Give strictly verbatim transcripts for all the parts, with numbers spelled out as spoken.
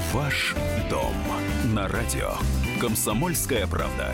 Ваш дом на радио «Комсомольская правда».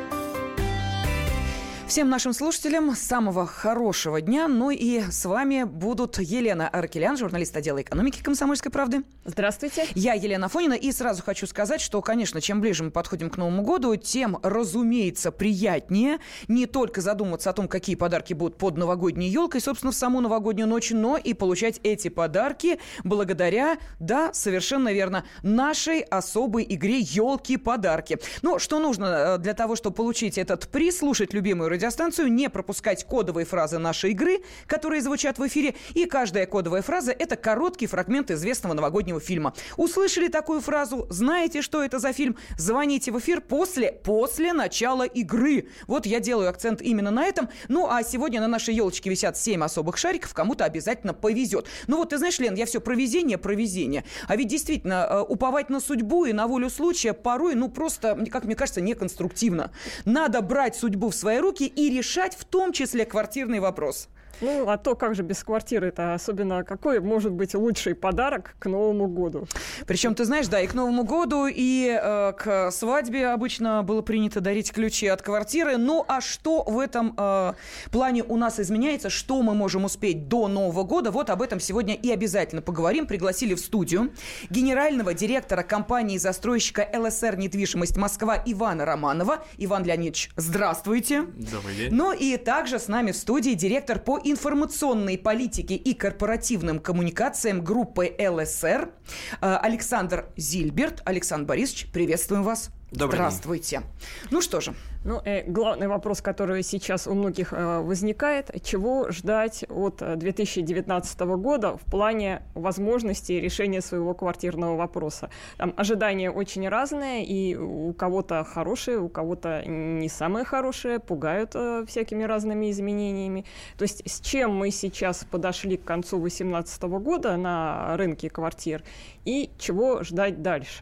Всем нашим слушателям самого хорошего дня. Ну и с вами будут Елена Аркелян, журналист отдела экономики «Комсомольской правды». Здравствуйте. Я Елена Афонина. И сразу хочу сказать, что, конечно, чем ближе мы подходим к Новому году, тем, разумеется, приятнее не только задумываться о том, какие подарки будут под новогодней елкой, собственно, в саму новогоднюю ночь, но и получать эти подарки благодаря, да, совершенно верно, нашей особой игре «Елки-подарки». Ну, что нужно для того, чтобы получить этот приз? Слушать любимую радиостанцию, не пропускать кодовые фразы нашей игры, которые звучат в эфире. И каждая кодовая фраза – это короткий фрагмент известного новогоднего фильма. Услышали такую фразу? Знаете, что это за фильм? Звоните в эфир после, после начала игры. Вот я делаю акцент именно на этом. Ну, а сегодня на нашей елочке висят семь особых шариков. Кому-то обязательно повезет. Ну вот, ты знаешь, Лен, я все про везение, про везение. А ведь действительно, уповать на судьбу и на волю случая порой, ну, просто, как мне кажется, неконструктивно. Надо брать судьбу в свои руки и решать в том числе квартирный вопрос. Ну, а то как же без квартиры-то? Особенно какой может быть лучший подарок к Новому году? Причем, ты знаешь, да, и к Новому году, и э, к свадьбе обычно было принято дарить ключи от квартиры. Ну, а что в этом э, плане у нас изменяется? Что мы можем успеть до Нового года? Вот об этом сегодня и обязательно поговорим. Пригласили в студию генерального директора компании-застройщика эл эс эр «Недвижимость Москва» Ивана Романова. Иван Леонидович, здравствуйте. Добрый день. Ну, и также с нами в студии директор по информационной политике и корпоративным коммуникациям группы эл эс эр Александр Зильберт. Александр Борисович, приветствуем вас. Добрый Здравствуйте. день. Ну что же. Ну, э, главный вопрос, который сейчас у многих э, возникает, чего ждать от две тысячи девятнадцатого года в плане возможности решения своего квартирного вопроса. Там ожидания очень разные, и у кого-то хорошие, у кого-то не самые хорошие, пугают э, всякими разными изменениями. То есть с чем мы сейчас подошли к концу две тысячи восемнадцатого года на рынке квартир и чего ждать дальше?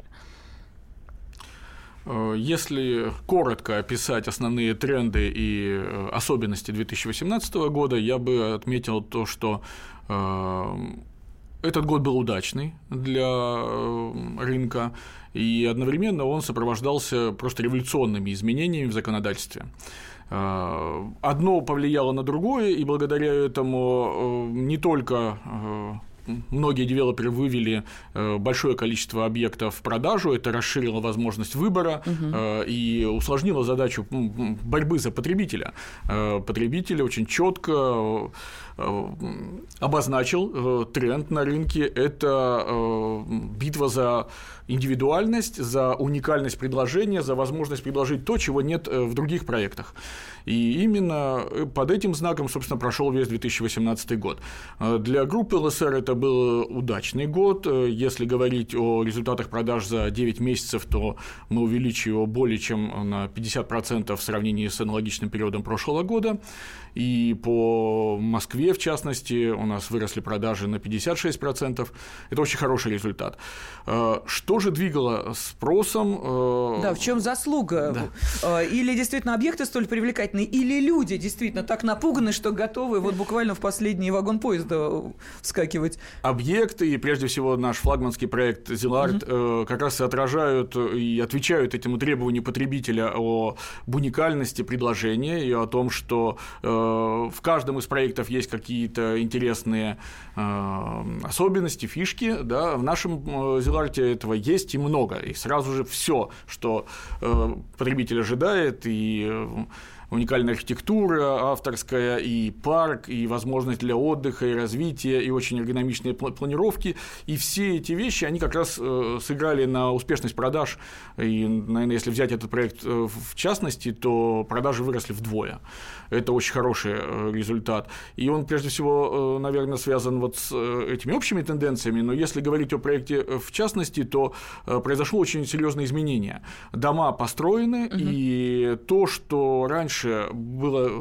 Если коротко описать основные тренды и особенности две тысячи восемнадцатого года, я бы отметил то, что этот год был удачный для рынка, и одновременно он сопровождался просто революционными изменениями в законодательстве. Одно повлияло на другое, и благодаря этому не только многие девелоперы вывели большое количество объектов в продажу, это расширило возможность выбора угу. и усложнило задачу борьбы за потребителя. Потребитель очень четко обозначил тренд на рынке – это битва за индивидуальность, за уникальность предложения, за возможность предложить то, чего нет в других проектах. И именно под этим знаком, собственно, прошел весь две тысячи восемнадцатый год. Для группы эл эс эр это был удачный год. Если говорить о результатах продаж за девять месяцев, то мы увеличили его более чем на пятьдесят процентов в сравнении с аналогичным периодом прошлого года. И по Москве, в частности, у нас выросли продажи на пятьдесят шесть процентов. Это очень хороший результат. Что же двигало спросом? Да, в чем заслуга? Да. Или действительно объекты столь привлекательные, или люди действительно так напуганы, что готовы вот буквально в последний вагон поезда вскакивать? Объекты, и прежде всего наш флагманский проект «Зилард» угу. как раз и отражают и отвечают этому требованию потребителя об уникальности предложения и о том, что в каждом из проектов есть какие-то интересные особенности, фишки. Да? В нашем «Зиларде» этого есть и много, и сразу же все, что потребитель ожидает, и уникальная архитектура авторская, и парк, и возможность для отдыха, и развития, и очень эргономичные планировки. И все эти вещи, они как раз сыграли на успешность продаж. И, наверное, если взять этот проект в частности, то продажи выросли вдвое. Это очень хороший результат. И он, прежде всего, наверное, связан вот с этими общими тенденциями. Но если говорить о проекте в частности, то произошло очень серьезное изменение. Дома построены, угу. и то, что раньше было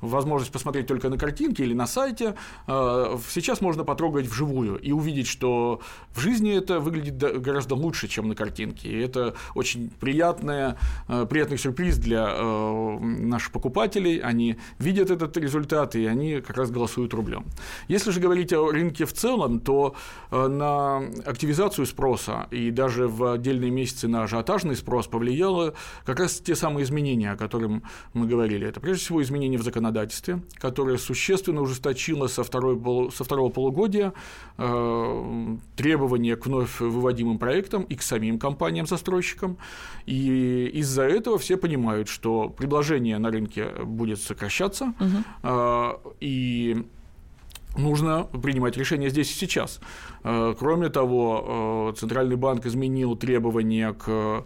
возможность посмотреть только на картинке или на сайте, сейчас можно потрогать вживую и увидеть, что в жизни это выглядит гораздо лучше, чем на картинке. И это очень приятное, приятный сюрприз для наших покупателей. Они видят этот результат, и они как раз голосуют рублем. Если же говорить о рынке в целом, то на активизацию спроса и даже в отдельные месяцы на ажиотажный спрос повлияло как раз те самые изменения, о которых мы говорили. Это прежде всего изменения в законодательстве, которое существенно ужесточило со, второй, со второго полугодия э, требования к вновь выводимым проектам и к самим компаниям-застройщикам. И из-за этого все понимают, что предложение на рынке будет сокращаться, угу. э, и нужно принимать решения здесь и сейчас. Кроме того, Центральный банк изменил требования к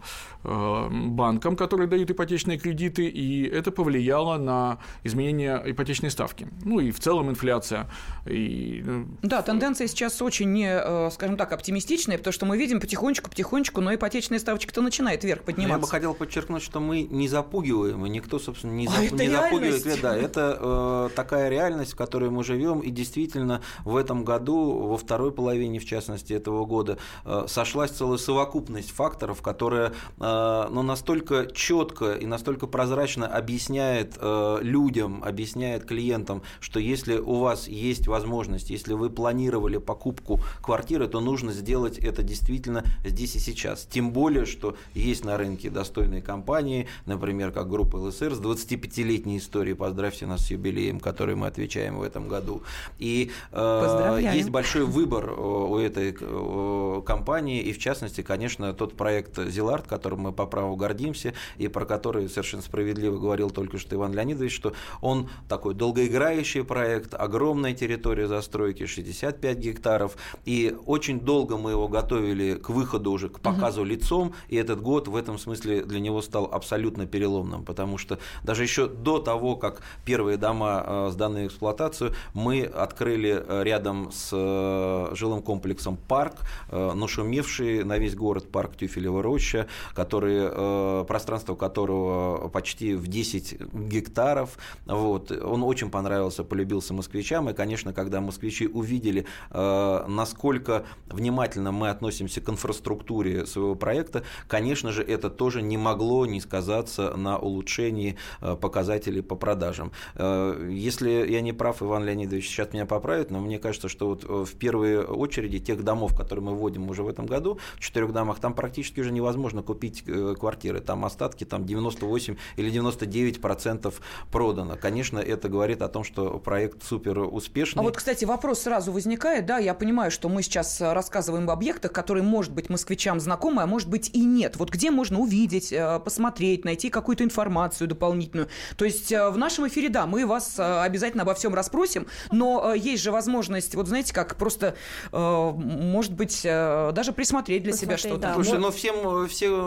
банкам, которые дают ипотечные кредиты, и это повлияло на изменение ипотечной ставки. Ну и в целом инфляция. И... Да, тенденция сейчас очень, не, скажем так, оптимистичная, потому что мы видим потихонечку-потихонечку, но ипотечная ставочка-то начинает вверх подниматься. Я бы хотел подчеркнуть, что мы не запугиваем, и никто, собственно, не, зап... а не запугивает. Да, это э, такая реальность, в которой мы живем, и действительно в этом году, во второй половине, в частности, этого года, э, сошлась целая совокупность факторов, которая э, ну, настолько четко и настолько прозрачно объясняет э, людям, объясняет клиентам, что если у вас есть возможность, если вы планировали покупку квартиры, то нужно сделать это действительно здесь и сейчас. Тем более, что есть на рынке достойные компании, например, как группа эл эс эр с двадцатипятилетней историей, поздравьте нас с юбилеем, который мы отвечаем в этом году. И э, есть большой выбор у этой э, компании, и в частности, конечно, тот проект Зиларт, которым мы по праву гордимся, и про который совершенно справедливо говорил только что Иван Леонидович, что он такой долгоиграющий проект, огромная территория застройки, шестьдесят пять гектаров, и очень долго мы его готовили к выходу уже, к показу uh-huh. лицом, и этот год в этом смысле для него стал абсолютно переломным, потому что даже еще до того, как первые дома сданы в эксплуатацию, мы открыли рядом с жилым комплексом парк, нашумевший на весь город парк Тюфелева роща, который, пространство которого почти в десять гектаров. Вот. Он очень понравился, полюбился москвичам, и, конечно, когда москвичи увидели, насколько внимательно мы относимся к инфраструктуре своего проекта, конечно же, это тоже не могло не сказаться на улучшении показателей по продажам. Если я не прав, Иван Леонидович сейчас меня поправит, но мне кажется, что вот в первой очереди тех домов, которые мы вводим уже в этом году, в четырех домах, там практически уже невозможно купить квартиры, там остатки, там девяносто восемь или девяносто девять процентов продано. Конечно, это говорит о том, что проект супер успешный. А вот, кстати, вопрос сразу возникает, да, я понимаю, что мы сейчас рассказываем об объектах, которые, может быть, москвичам знакомы, а может быть и нет. Вот где можно увидеть, посмотреть, найти какую-то информацию дополнительную? То есть в нашем эфире, да, мы вас обязательно обо всем расспросим, но есть же возможность, вот знаете, как просто, может быть, даже присмотреть для себя что-то. Да. Слушай, но всем,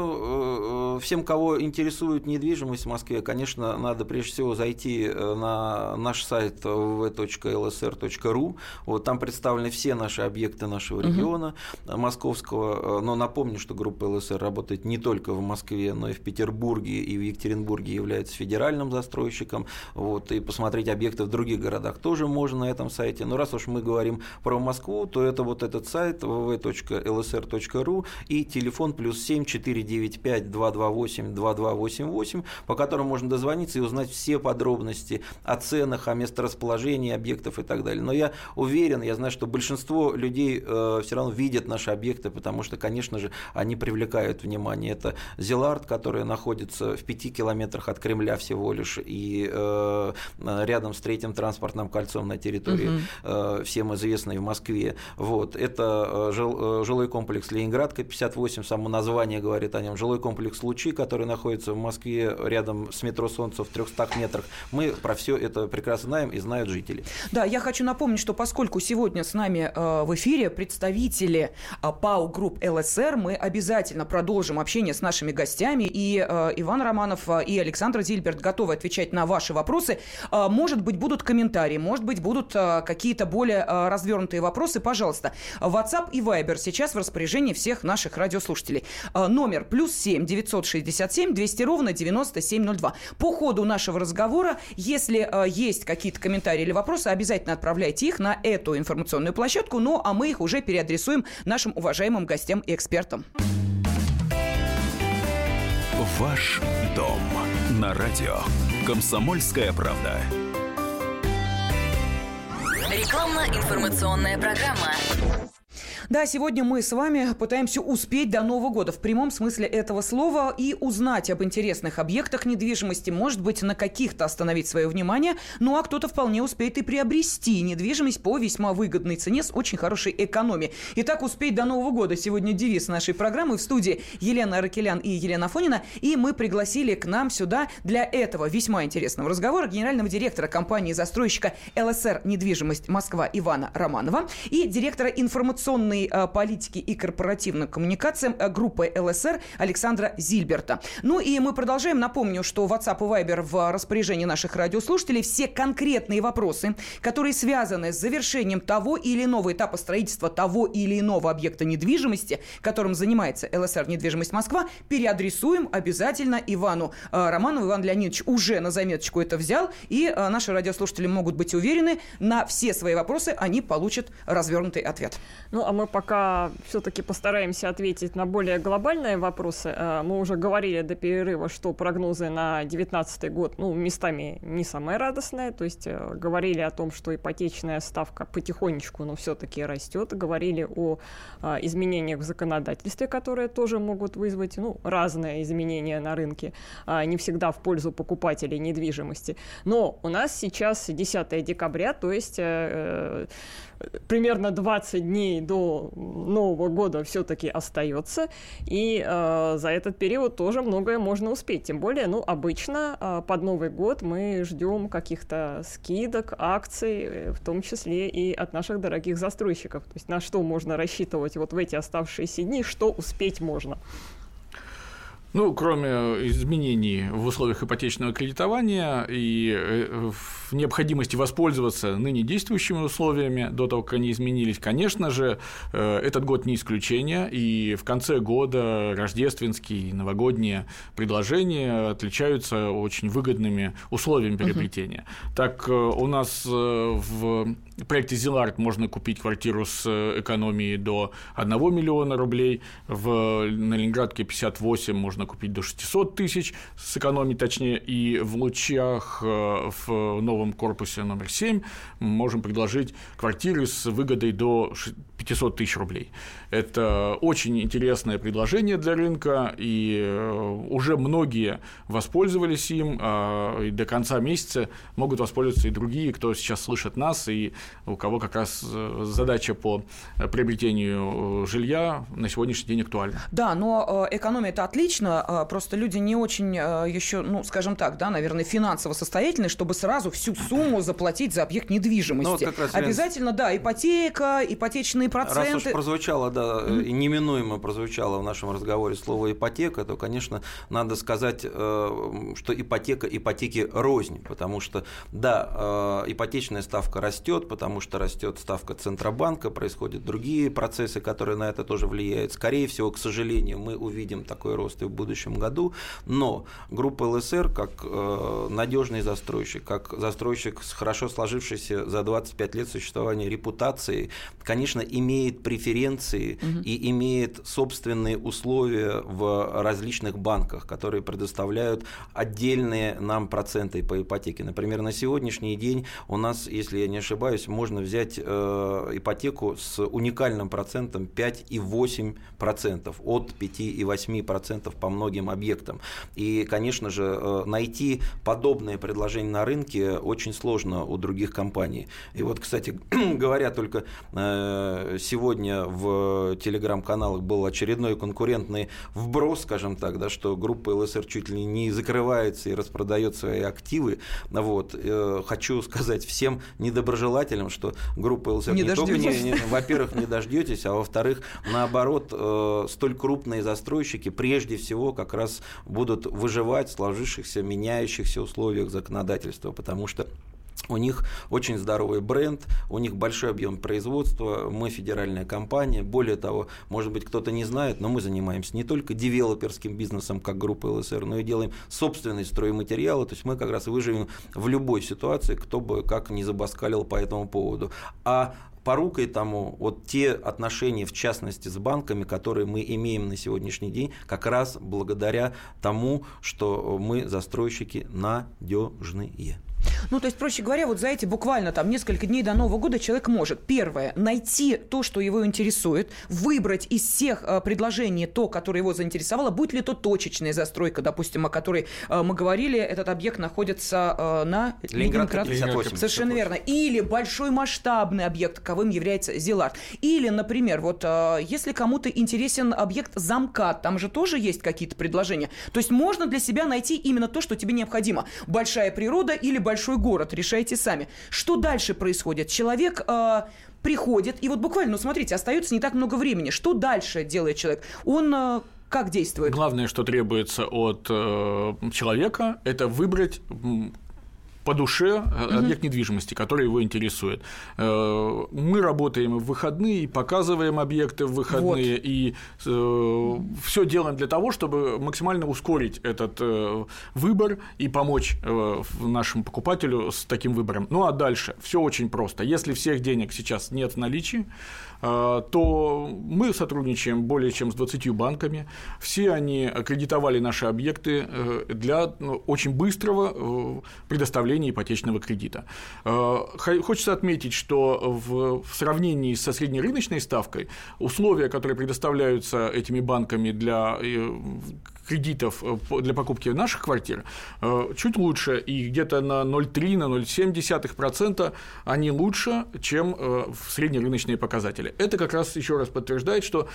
все, всем, кого интересует недвижимость в Москве, конечно, надо прежде всего зайти на наш сайт вэ вэ точка эл эс эр точка ру. Вот там представлены все наши объекты нашего региона угу. московского. Но напомню, что группа эл эс эр работает не только в Москве, но и в Петербурге, и в Екатеринбурге является федеральным застройщиком. Вот, и посмотреть объекты в других городах тоже можно на этом сайте. Но раз уж мы говорим про Москву, то это вот этот сайт вэ вэ вэ точка эл эс эр точка ру и телефон плюс семь четыре девять пять два два восемь два два восемь восемь, по которому можно дозвониться и узнать все подробности о ценах, о месторасположении объектов и так далее. Но я уверен, я знаю, что большинство людей э, все равно видят наши объекты, потому что, конечно же, они привлекают внимание. Это Зиларт, который находится в пяти километрах от Кремля всего лишь, и э, рядом с третьим транспортным кольцом на территории, угу. э, всем известной в Москве. Вот. Это жил, жилой комплекс Ленинградка пятьдесят восемь, само название говорит о нем. Жилой комплекс Лучи, который находится в Москве рядом с метро Солнце в трехстах метрах. Мы про все это прекрасно знаем и знают жители. Да, я хочу напомнить, что поскольку сегодня с нами э, в эфире представители э, ПАО Групп эл эс эр, мы обязательно продолжим общение с нашими гостями. И э, Иван Романов, э, и Александр Зильберт готовы отвечать на ваши вопросы. Э, может быть, будут комментарии, может быть, будут э, какие-то более развернутые вопросы, пожалуйста. WhatsApp и Viber сейчас в распоряжении всех наших радиослушателей. Номер плюс семь девятьсот шестьдесят семь двести ровно девяносто семь ноль два. По ходу нашего разговора, если есть какие-то комментарии или вопросы, обязательно отправляйте их на эту информационную площадку, ну а мы их уже переадресуем нашим уважаемым гостям и экспертам. Ваш дом на радио «Комсомольская правда». Рекламно-информационная программа. Да, сегодня мы с вами пытаемся успеть до Нового года в прямом смысле этого слова и узнать об интересных объектах недвижимости, может быть, на каких-то остановить свое внимание, ну а кто-то вполне успеет и приобрести недвижимость по весьма выгодной цене с очень хорошей экономией. Итак, успеть до Нового года. Сегодня девиз нашей программы. В студии Елена Аракелян и Елена Афонина, и мы пригласили к нам сюда для этого весьма интересного разговора генерального директора компании-застройщика эл эс эр «Недвижимость Москва» Ивана Романова и директора информационной политики и корпоративным коммуникациям группы эл эс эр Александра Зильберта. Ну и мы продолжаем. Напомню, что WhatsApp и Viber в распоряжении наших радиослушателей. Все конкретные вопросы, которые связаны с завершением того или иного этапа строительства того или иного объекта недвижимости, которым занимается эл эс эр «Недвижимость Москва», переадресуем обязательно Ивану Романову. Иван Леонидович уже на заметочку это взял, и наши радиослушатели могут быть уверены, на все свои вопросы они получат развернутый ответ. Ну, а мы пока все-таки постараемся ответить на более глобальные вопросы. Мы уже говорили до перерыва, что прогнозы на две тысячи девятнадцатый год, ну, местами не самые радостные. То есть говорили о том, что ипотечная ставка потихонечку, но все-таки растет. Говорили о изменениях в законодательстве, которые тоже могут вызвать, ну, разные изменения на рынке, не всегда в пользу покупателей недвижимости. Но у нас сейчас десятое декабря, то есть э, примерно двадцать дней до Нового года все-таки остается, и э, за этот период тоже многое можно успеть. Тем более, ну, обычно э, под Новый год мы ждем каких-то скидок, акций, в том числе и от наших дорогих застройщиков. То есть на что можно рассчитывать вот в эти оставшиеся дни, что успеть можно? Ну, кроме изменений в условиях ипотечного кредитования и необходимости воспользоваться ныне действующими условиями до того, как они изменились, конечно же, этот год не исключение, и в конце года рождественские и новогодние предложения отличаются очень выгодными условиями приобретения. Uh-huh. Так, у нас в проекте Зилард можно купить квартиру с экономией до одного миллиона рублей, в, на Ленинградке пятьдесят восемь можно купить до шестьсот тысяч с экономией, точнее, и в Лучах в новом корпусе номер семь можем предложить квартиры с выгодой до пятьсот тысяч рублей. Это очень интересное предложение для рынка, и уже многие воспользовались им, и до конца месяца могут воспользоваться и другие, кто сейчас слышит нас, и у кого как раз задача по приобретению жилья на сегодняшний день актуальна. Да, но экономия – это отлично, просто люди не очень еще, ну, скажем так, да, наверное, финансово состоятельны, чтобы сразу всю сумму заплатить за объект недвижимости. Ну, вот обязательно, да, ипотека, ипотечные проценты. Раз уж прозвучало, да, mm-hmm. неминуемо прозвучало в нашем разговоре слово ипотека, то, конечно, надо сказать, что ипотека ипотеки рознь, потому что, да, ипотечная ставка растет, потому что растет ставка Центробанка, происходят другие процессы, которые на это тоже влияют. Скорее всего, к сожалению, мы увидим такой рост и в будущем году, но группа эл эс эр, как надежный застройщик, как застройщик с хорошо сложившейся за двадцать пять лет существования репутацией, конечно, имеет преференции угу. и имеет собственные условия в различных банках, которые предоставляют отдельные нам проценты по ипотеке. Например, на сегодняшний день у нас, если я не ошибаюсь, можно взять э, ипотеку с уникальным процентом пять и восемь десятых процента от пяти и восьми процентов по многим объектам. И, конечно же, э, найти подобные предложения на рынке очень сложно у других компаний. И вот, кстати, говоря, только э, сегодня в телеграм-каналах был очередной конкурентный вброс, скажем так, да, что группа эл эс эр чуть ли не закрывается и распродает свои активы. Вот. Э, хочу сказать всем недоброжелателям, что группа эл эс эр не, не только, не, не, во-первых, не дождетесь, а во-вторых, наоборот, э, столь крупные застройщики прежде всего как раз будут выживать в сложившихся, меняющихся условиях законодательства, потому что У них очень здоровый бренд, у них большой объем производства, мы федеральная компания. Более того, может быть, кто-то не знает, но мы занимаемся не только девелоперским бизнесом, как группа эл эс эр, но и делаем собственные стройматериалы. То есть мы как раз выживем в любой ситуации, кто бы как ни забаскалил по этому поводу. А порукой тому вот те отношения, в частности, с банками, которые мы имеем на сегодняшний день, как раз благодаря тому, что мы застройщики надежные. Ну, то есть, проще говоря, вот за эти буквально там несколько дней до Нового года человек может, первое, найти то, что его интересует, выбрать из всех э, предложений то, которое его заинтересовало, будь ли то точечная застройка, допустим, о которой э, мы говорили, этот объект находится э, на Ленинград. Ленинград. Совершенно верно. Или большой масштабный объект, таковым является Зиларт. Или, например, вот э, если кому-то интересен объект Замкат, там же тоже есть какие-то предложения. То есть можно для себя найти именно то, что тебе необходимо. Большая природа или большой большой город, решайте сами. Что дальше происходит? Человек э, приходит, и вот буквально, ну смотрите, остается не так много времени. Что дальше делает человек? Он э, как действует? Главное, что требуется от э, человека, это выбрать по душе объект uh-huh. недвижимости, который его интересует. Мы работаем в выходные, показываем объекты в выходные, вот. и э, все делаем для того, чтобы максимально ускорить этот э, выбор и помочь э, нашему покупателю с таким выбором. Ну а дальше все очень просто. Если всех денег сейчас нет в наличии, э, то мы сотрудничаем более чем с двадцатью банками. Все они аккредитовали наши объекты э, для ну, очень быстрого э, предоставления ипотечного кредита. Хочется отметить, что в сравнении со среднерыночной ставкой условия, которые предоставляются этими банками для кредитов для покупки наших квартир, чуть лучше, и где-то на ноль целых три - ноль целых семь десятых процента они лучше, чем среднерыночные показатели. Это как раз еще раз подтверждает, что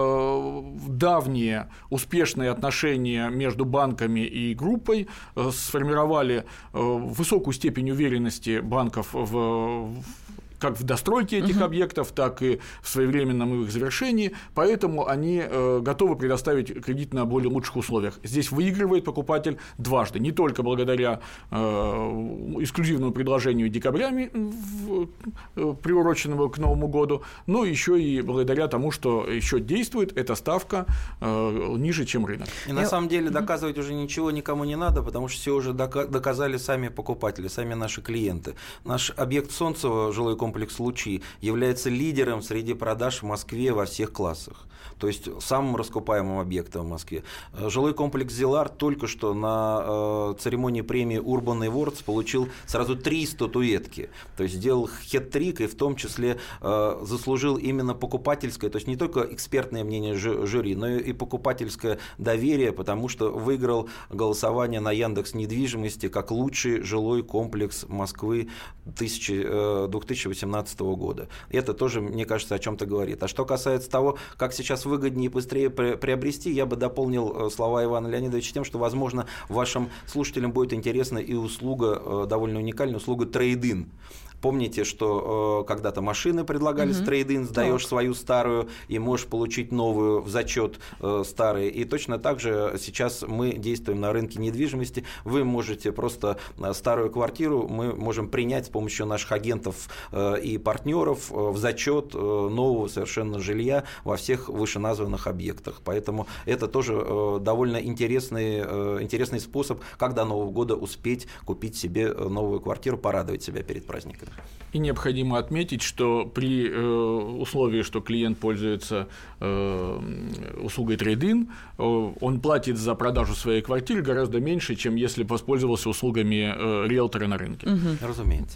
давние успешные отношения между банками и группой сформировали высокую степень уверенности банков в как в достройке этих uh-huh. объектов, так и в своевременном их завершении, поэтому они э, готовы предоставить кредит на более лучших условиях. Здесь выигрывает покупатель дважды, не только благодаря э, эксклюзивному предложению декабрями, в, э, приуроченному к Новому году, но еще и благодаря тому, что еще действует эта ставка э, ниже, чем рынок. И на самом деле доказывать уже ничего никому не надо, потому что все уже доказали сами покупатели, сами наши клиенты. Наш объект Солнцево, жилой комплекс комплекс «Лучи» является лидером среди продаж в Москве во всех классах. То есть самым раскупаемым объектом в Москве. Жилой комплекс «Зиларт» только что на э, церемонии премии Urban Awards получил сразу три статуэтки. То есть сделал хет-трик и в том числе э, заслужил именно покупательское, то есть не только экспертное мнение жюри, но и покупательское доверие, потому что выиграл голосование на Яндекс.Недвижимости как лучший жилой комплекс Москвы две тысячи восемнадцатого года. Это тоже, мне кажется, о чем-то говорит. А что касается того, как сейчас выгоднее и быстрее приобрести, я бы дополнил слова Ивана Леонидовича тем, что, возможно, вашим слушателям будет интересна и услуга, довольно уникальная услуга трейд-ин. Помните, что э, когда-то машины предлагались uh-huh. трейд-ин, сдаешь свою старую и можешь получить новую в зачет э, старой. И точно так же сейчас мы действуем на рынке недвижимости. Вы можете просто старую квартиру, мы можем принять с помощью наших агентов э, и партнеров э, в зачет э, нового совершенно жилья во всех вышеназванных объектах. Поэтому это тоже э, довольно интересный, э, интересный способ, как до Нового года успеть купить себе новую квартиру, порадовать себя перед праздниками. И необходимо отметить, что при э, условии, что клиент пользуется э, услугой трейд-ин, э, он платит за продажу своей квартиры гораздо меньше, чем если воспользовался услугами э, риэлтора на рынке. Угу. Разумеется.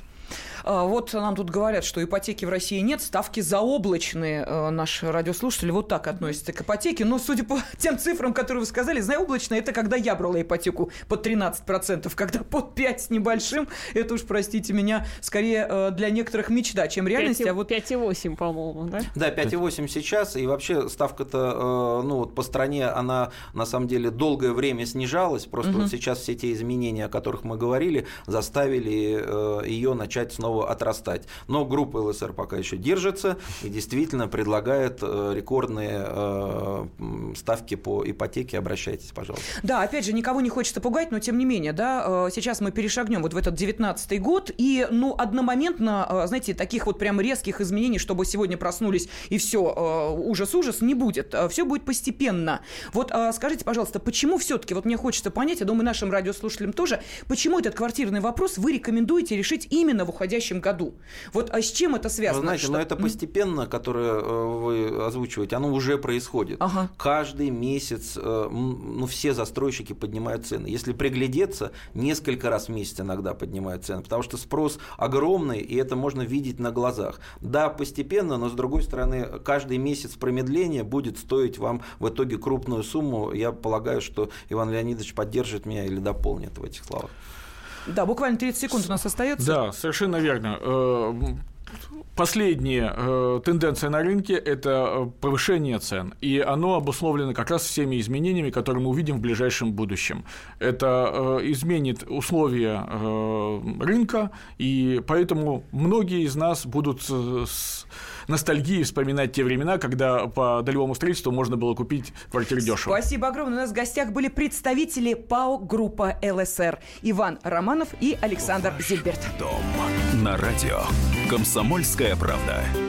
Вот нам тут говорят, что ипотеки в России нет, ставки заоблачные. Наши радиослушатели вот так относятся к ипотеке. Но, судя по тем цифрам, которые вы сказали, заоблачные – это когда я брала ипотеку под тринадцать процентов, когда под пять с небольшим, это уж, простите меня, скорее для некоторых мечта, чем реальность. пять, а вот... пять и восемь, по-моему, да? Да, пять и восемь сейчас, и вообще ставка-то ну, вот по стране, она на самом деле долгое время снижалась, просто угу. вот сейчас все те изменения, о которых мы говорили, заставили ее начать снова снова отрастать. Но группа ЛСР пока еще держится и действительно предлагает рекордные ставки по ипотеке. Обращайтесь, пожалуйста. Да, опять же, никого не хочется пугать, но тем не менее, да, сейчас мы перешагнем вот в этот девятнадцатый год, и, ну, одномоментно, знаете, таких вот прям резких изменений, чтобы сегодня проснулись и все, ужас-ужас, не будет. Все будет постепенно. Вот скажите, пожалуйста, почему все-таки, вот мне хочется понять, я думаю, нашим радиослушателям тоже, почему этот квартирный вопрос вы рекомендуете решить именно в уходящем году? Вот а с чем это связано? Вы знаете, что... но это постепенно, которое вы озвучиваете, оно уже происходит. Ага. Каждый месяц, ну, все застройщики поднимают цены. Если приглядеться, несколько раз в месяц иногда поднимают цены, потому что спрос огромный, и это можно видеть на глазах. Да, постепенно, но с другой стороны, каждый месяц промедления будет стоить вам в итоге крупную сумму. Я полагаю, что Иван Леонидович поддержит меня или дополнит в этих словах. Да, буквально тридцать секунд у нас остается. Да, совершенно верно. Последняя э, тенденция на рынке – это повышение цен, и оно обусловлено как раз всеми изменениями, которые мы увидим в ближайшем будущем. Это э, изменит условия э, рынка, и поэтому многие из нас будут с ностальгией вспоминать те времена, когда по долевому строительству можно было купить квартиру дешево. Спасибо огромное. У нас в гостях были представители ПАО «Группа ЛСР» Иван Романов и Александр Зильберт. Дом на радио «Комсомольская правда».